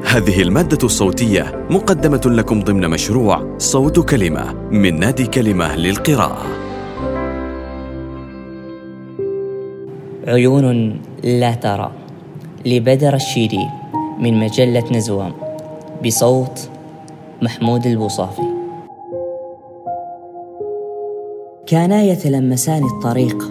هذه المادة الصوتية مقدمة لكم ضمن مشروع صوت كلمة من نادي كلمة للقراءة. عيون لا ترى لبدر الشيري من مجلة نزوة بصوت محمود البوصافي. كانا يتلمسان الطريق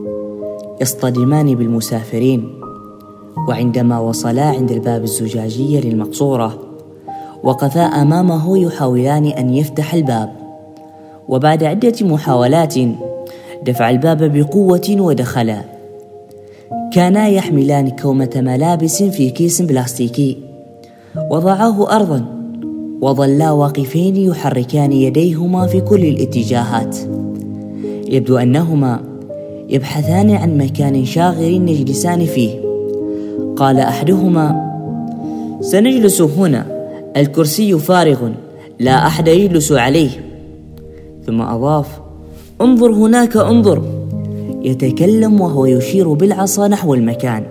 يصطدمان بالمسافرين، وعندما وصلا عند الباب الزجاجي للمقصورة وقفا أمامه يحاولان أن يفتح الباب، وبعد عدة محاولات دفع الباب بقوة ودخلا. كانا يحملان كومة ملابس في كيس بلاستيكي، وضعاه أرضا وظلا واقفين يحركان يديهما في كل الاتجاهات. يبدو أنهما يبحثان عن مكان شاغر يجلسان فيه. قال أحدهما: سنجلس هنا، الكرسي فارغ لا أحد يجلس عليه. ثم أضاف: انظر هناك، انظر. يتكلم وهو يشير بالعصا نحو المكان.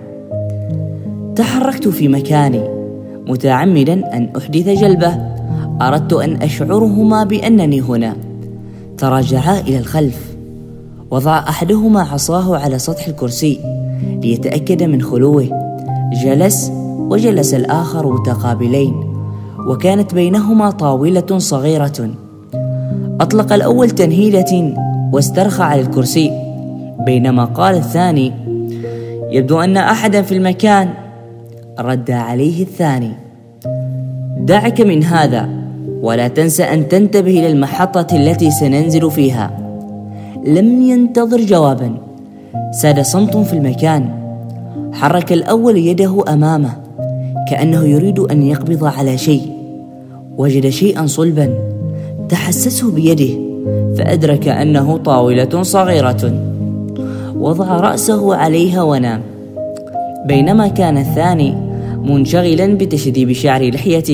تحركت في مكاني متعمدا أن أحدث جلبة، أردت أن أشعرهما بأنني هنا. تراجعا إلى الخلف، وضع أحدهما عصاه على سطح الكرسي ليتأكد من خلوه. جلس وجلس الآخر متقابلين، وكانت بينهما طاولة صغيرة. أطلق الأول تنهيدة واسترخى على الكرسي، بينما قال الثاني: يبدو أن أحدا في المكان. رد عليه الثاني: دعك من هذا، ولا تنسى أن تنتبه إلى المحطة التي سننزل فيها. لم ينتظر جوابا، ساد صمت في المكان. حرك الأول يده أمامه كأنه يريد أن يقبض على شيء. وجد شيئا صلبا، تحسسه بيده فأدرك أنه طاولة صغيرة. وضع رأسه عليها ونام، بينما كان الثاني منشغلا بتشذيب شعر لحيته.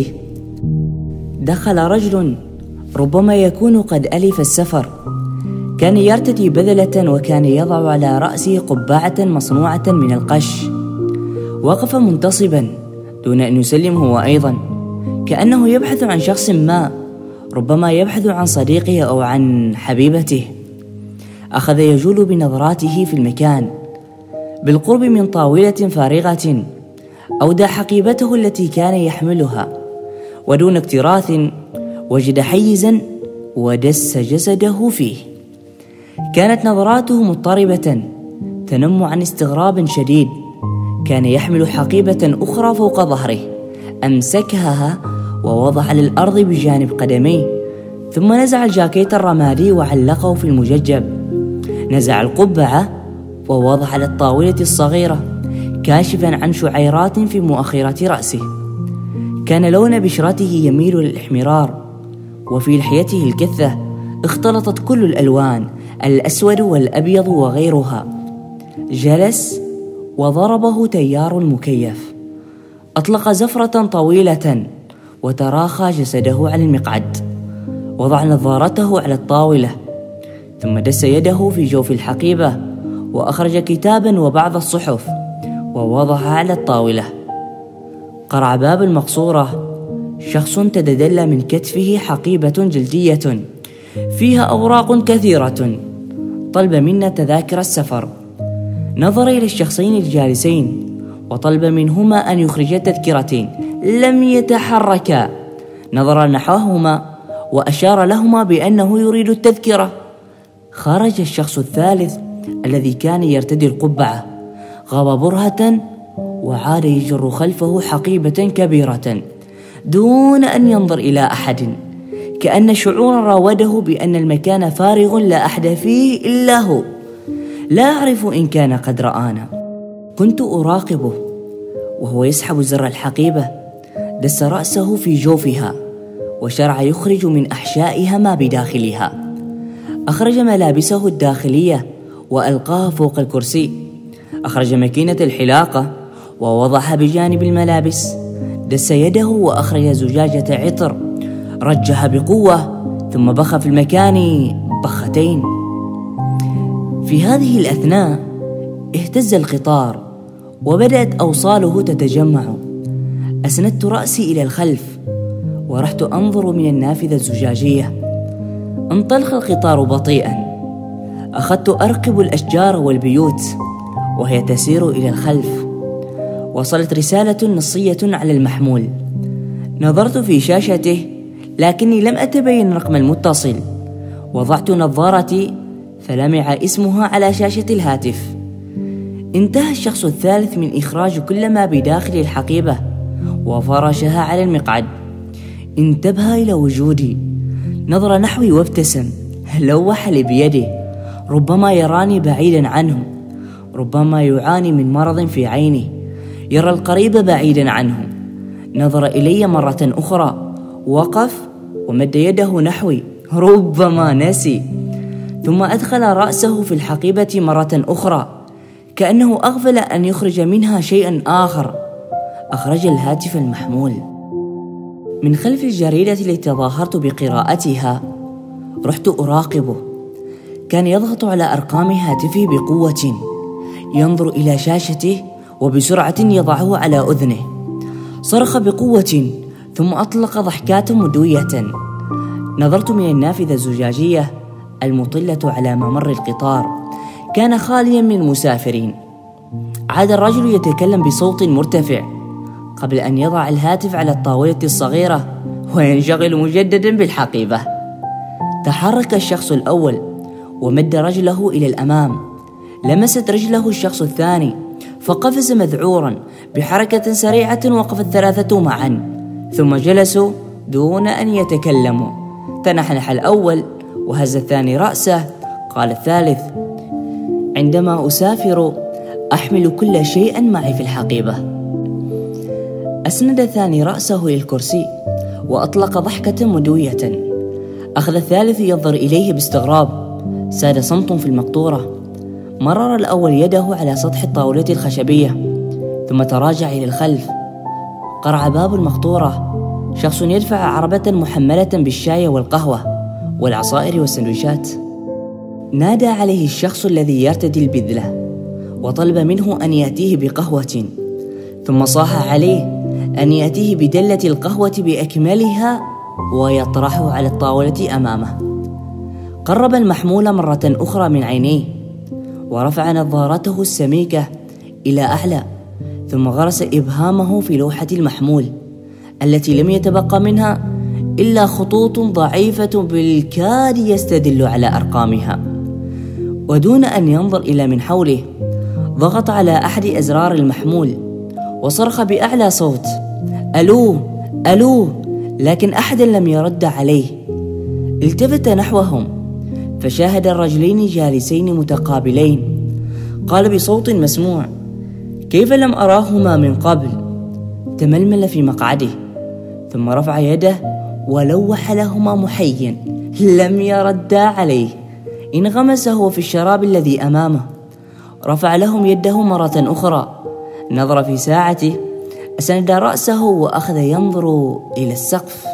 دخل رجل ربما يكون قد ألف السفر. كان يرتدي بذلة، وكان يضع على رأسه قبعة مصنوعة من القش. وقف منتصبا دون أن يسلم هو أيضا، كأنه يبحث عن شخص ما، ربما يبحث عن صديقه أو عن حبيبته. أخذ يجول بنظراته في المكان. بالقرب من طاولة فارغة أودى حقيبته التي كان يحملها، ودون اكتراث وجد حيزا ودس جسده فيه. كانت نظراته مضطربة تنم عن استغراب شديد. كان يحمل حقيبة أخرى فوق ظهره، أمسكها ووضع على الأرض بجانب قدميه، ثم نزع الجاكيت الرمادي وعلقه في المججب. نزع القبعة ووضع على الطاولة الصغيرة، كاشفا عن شعيرات في مؤخرة رأسه. كان لون بشرته يميل للإحمرار، وفي لحيته الكثة اختلطت كل الألوان، الأسود والأبيض وغيرها. جلس وضربه تيار المكيف. أطلق زفرة طويلة وتراخى جسده على المقعد. وضع نظارته على الطاولة، ثم دس يده في جوف الحقيبة وأخرج كتابا وبعض الصحف ووضعها على الطاولة. قرع باب المقصورة. شخص تدلى من كتفه حقيبة جلدية فيها أوراق كثيرة، طلب منا تذاكر السفر. نظر إلى الشخصين الجالسين وطلب منهما أن يخرجا تذكرتين. لم يتحركا. نظر نحوهما وأشار لهما بأنه يريد التذكرة. خرج الشخص الثالث الذي كان يرتدي القبعة، غاب برهة وعاد يجر خلفه حقيبة كبيرة دون أن ينظر إلى أحد، كأن شعورا راوده بأن المكان فارغ لا أحد فيه إلا هو. لا أعرف إن كان قد رآنا. كنت أراقبه وهو يسحب زر الحقيبة. دس رأسه في جوفها وشرع يخرج من أحشائها ما بداخلها. أخرج ملابسه الداخلية وألقاها فوق الكرسي. أخرج ماكينة الحلاقة ووضعها بجانب الملابس. دس يده وأخرج زجاجة عطر، رجها بقوة ثم بخ في المكان بختين. في هذه الأثناء اهتز القطار وبدأت أوصاله تتجمع. أسندت رأسي إلى الخلف ورحت أنظر من النافذة الزجاجية. انطلق القطار بطيئا. أخذت أرقب الأشجار والبيوت وهي تسير إلى الخلف. وصلت رسالة نصية على المحمول. نظرت في شاشته لكني لم أتبين رقم المتصل. وضعت نظارتي فلمع اسمها على شاشة الهاتف. انتهى الشخص الثالث من إخراج كل ما بداخل الحقيبة وفرشها على المقعد. انتبه إلى وجودي، نظر نحوي وابتسم، لوح لي بيده. ربما يراني بعيدا عنه، ربما يعاني من مرض في عينه، يرى القريب بعيدا عنه. نظر إلي مرة أخرى، وقف ومد يده نحوي، ربما نسي. ثم أدخل رأسه في الحقيبة مرة أخرى كأنه أغفل أن يخرج منها شيئا آخر. أخرج الهاتف المحمول. من خلف الجريدة التي تظاهرت بقراءتها رحت أراقبه. كان يضغط على أرقام هاتفه بقوة، ينظر إلى شاشته وبسرعة يضعه على أذنه. صرخ بقوة ثم أطلق ضحكات مدوية. نظرت من النافذة الزجاجية المطلة على ممر القطار، كان خاليا من المسافرين. عاد الرجل يتكلم بصوت مرتفع قبل أن يضع الهاتف على الطاولة الصغيرة وينشغل مجددا بالحقيبة. تحرك الشخص الأول ومد رجله إلى الأمام. لمست رجله الشخص الثاني فقفز مذعورا. بحركة سريعة وقف الثلاثة معا ثم جلسوا دون أن يتكلموا. تنحنح الأول وهز الثاني رأسه. قال الثالث: عندما أسافر أحمل كل شيء معي في الحقيبة. أسند الثاني رأسه إلى الكرسي وأطلق ضحكة مدوية. أخذ الثالث ينظر إليه باستغراب. ساد صمت في المقطورة. مرر الأول يده على سطح الطاولة الخشبية ثم تراجع إلى الخلف. قرع باب المقطورة. شخص يدفع عربة محملة بالشاي والقهوة والعصائر والسندويشات. نادى عليه الشخص الذي يرتدي البذلة وطلب منه أن يأتيه بقهوة، ثم صاح عليه أن يأتيه بدلة القهوة بأكملها ويطرحه على الطاولة أمامه. قرب المحمول مرة أخرى من عينيه ورفع نظارته السميكة إلى أعلى، ثم غرس إبهامه في لوحة المحمول التي لم يتبقى منها إلا خطوط ضعيفة بالكاد يستدل على أرقامها. ودون أن ينظر إلى من حوله ضغط على أحد أزرار المحمول وصرخ بأعلى صوت: ألو ألو، لكن أحدا لم يرد عليه. التفت نحوهم فشاهد الرجلين جالسين متقابلين. قال بصوت مسموع: كيف لم أراهما من قبل؟ تململ في مقعده ثم رفع يده ولوح لهما محيا. لم يردا عليه. انغمس هو في الشراب الذي أمامه. رفع لهم يده مرة أخرى. نظر في ساعته، أسند رأسه وأخذ ينظر إلى السقف.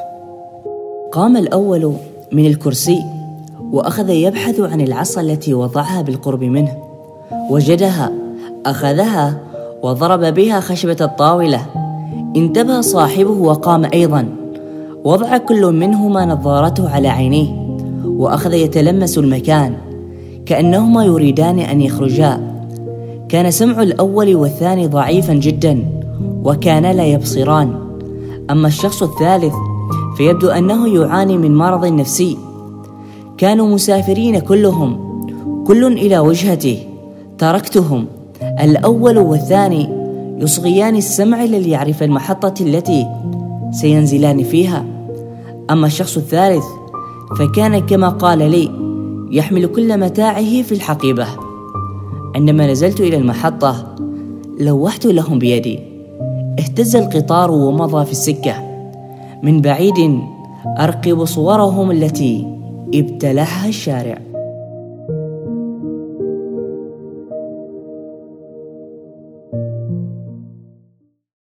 قام الأول من الكرسي وأخذ يبحث عن العصا التي وضعها بالقرب منه. وجدها، أخذها وضرب بها خشبة الطاولة. انتبه صاحبه وقام أيضا. وضع كل منهما نظارته على عينيه وأخذ يتلمس المكان كأنهما يريدان أن يخرجا. كان سمع الأول والثاني ضعيفا جدا وكانا لا يبصران. أما الشخص الثالث فيبدو أنه يعاني من مرض نفسي. كانوا مسافرين كلهم، كل إلى وجهته. تركتهم الأول والثاني يصغيان السمع ليعرف المحطة التي سينزلان فيها. أما الشخص الثالث فكان كما قال لي يحمل كل متاعه في الحقيبة. عندما نزلت إلى المحطة لوحت لهم بيدي. اهتز القطار ومضى في السكة. من بعيد أرقب صورهم التي ابتلعها الشارع.